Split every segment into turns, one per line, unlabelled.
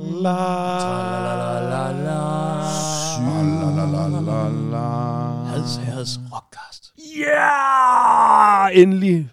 Hads Rockcast. Ja! Endelig.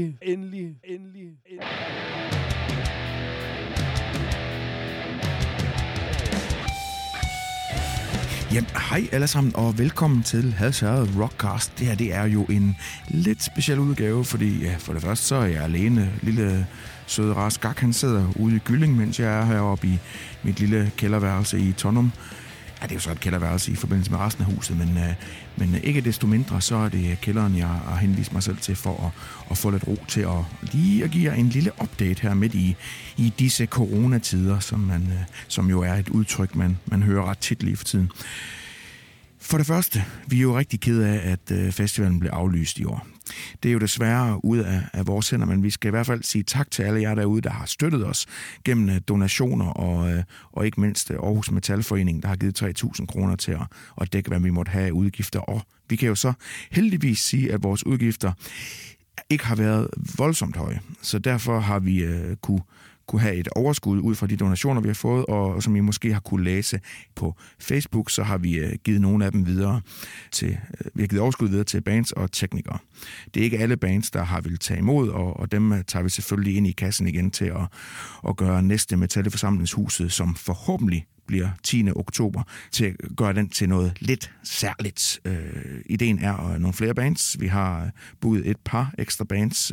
Jamen, hej alle sammen, og velkommen til Hads Rockcast. Det her, det er jo en lidt speciel udgave, fordi ja, for det første, så er jeg alene. Lille søde ras Gak, han sidder ude i Gylling, mens jeg er heroppe i mit lille kælderværelse i Tonum. Ja, det er jo så et kælderværelse i forbindelse med resten af huset, men ikke desto mindre, så er det kælderen, jeg har henvist mig selv til for at få lidt ro til at lige at give jer en lille update her midt i disse coronatider, som jo er et udtryk, man hører ret tit lige for tiden. For det første, vi er jo rigtig kede af, at festivalen blev aflyst i år. Det er jo desværre ud af vores hænder, men vi skal i hvert fald sige tak til alle jer derude, der har støttet os gennem donationer og ikke mindst Aarhus Metalforening, der har givet 3.000 kroner til at dække, hvad vi måtte have af udgifter. Og vi kan jo så heldigvis sige, at vores udgifter ikke har været voldsomt høje, så derfor har vi kunne have et overskud ud fra de donationer, vi har fået, og som I måske har kunne læse på Facebook, så har vi givet nogle af dem videre vi har givet overskud videre til bands og teknikere. Det er ikke alle bands, der har ville tage imod, og dem tager vi selvfølgelig ind i kassen igen til at gøre næste Metal i Forsamlingshuset, som forhåbentlig bliver 10. oktober, til at gøre den til noget lidt særligt. Ideen er nogle flere bands. Vi har booket et par ekstra bands,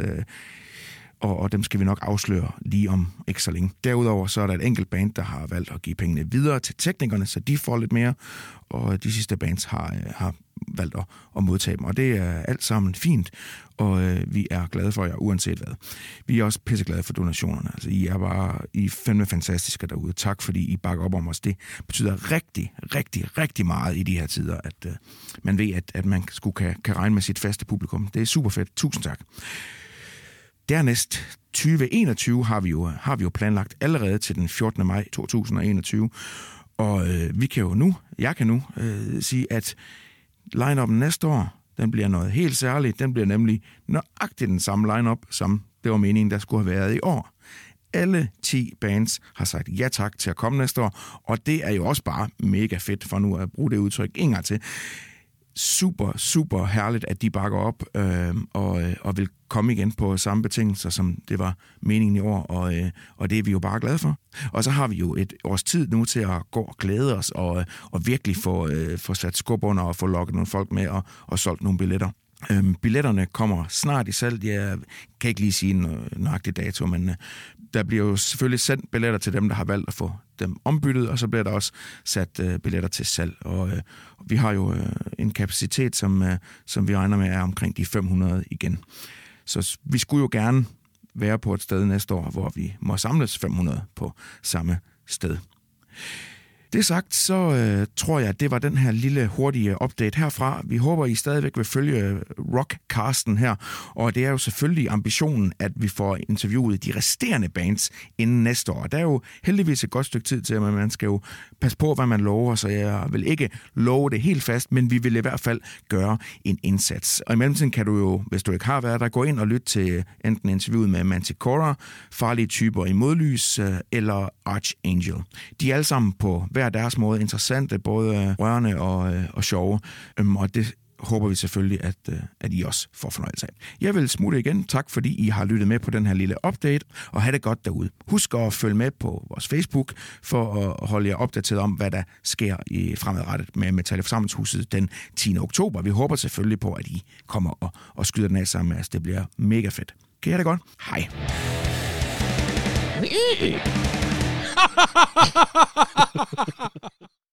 og dem skal vi nok afsløre lige om ikke så længe. Derudover så er der et enkelt band, der har valgt at give pengene videre til teknikerne, så de får lidt mere, og de sidste bands har valgt at modtage dem. Og det er alt sammen fint, og vi er glade for jer, uanset hvad. Vi er også pisseglade for donationerne. Altså, I er fandme fantastiske derude. Tak, fordi I bakker op om os. Det betyder rigtig, rigtig, rigtig meget i de her tider, at man ved, at man kan regne med sit faste publikum. Det er super fedt. Tusind tak. Dernæst 2021 har vi jo planlagt allerede til den 14. maj 2021, og jeg kan nu sige, at line-up'en næste år, den bliver noget helt særligt. Den bliver nemlig nøjagtigt den samme line-up, som det var meningen, der skulle have været i år. Alle 10 bands har sagt ja tak til at komme næste år, og det er jo også bare mega fedt, for nu at bruge det udtryk en gang til. Super, super herligt, at de bakker op og vil komme igen på samme betingelser, som det var meningen i år, og det er vi jo bare glade for. Og så har vi jo et års tid nu til at gå og glæde os og virkelig få sat skub under og få lukket nogle folk med og solgt nogle billetter. Billetterne kommer snart i salg. Jeg kan ikke lige sige en nøjagtig dato, men der bliver jo selvfølgelig sendt billetter til dem, der har valgt at få dem ombyttet, og så bliver der også sat billetter til salg. Og vi har jo en kapacitet, som vi regner med er omkring de 500 igen. Så vi skulle jo gerne være på et sted næste år, hvor vi må samles 500 på samme sted. Det sagt, så tror jeg, at det var den her lille hurtige update herfra. Vi håber, I stadigvæk vil følge Rockcasten her, og det er jo selvfølgelig ambitionen, at vi får interviewet de resterende bands inden næste år. Der er jo heldigvis et godt stykke tid til, at man skal jo passe på, hvad man lover, så jeg vil ikke love det helt fast, men vi vil i hvert fald gøre en indsats. Og i mellemtiden kan du jo, hvis du ikke har været der, gå ind og lytte til enten interviewet med Manticore, Farlige Typer i Modlys eller Archangel. De er alle sammen på hver deres måde interessante, både rørende og sjove, og det håber vi selvfølgelig, at I også får fornøjelse af. Jeg vil smutte igen. Tak, fordi I har lyttet med på den her lille update, og have det godt derude. Husk at følge med på vores Facebook, for at holde jer opdateret om, hvad der sker i fremadrettet med Metal i Forsamlingshuset den 10. oktober. Vi håber selvfølgelig på, at I kommer og skyder den af sammen med os. Det bliver mega fedt. Kan I have det godt? Hej.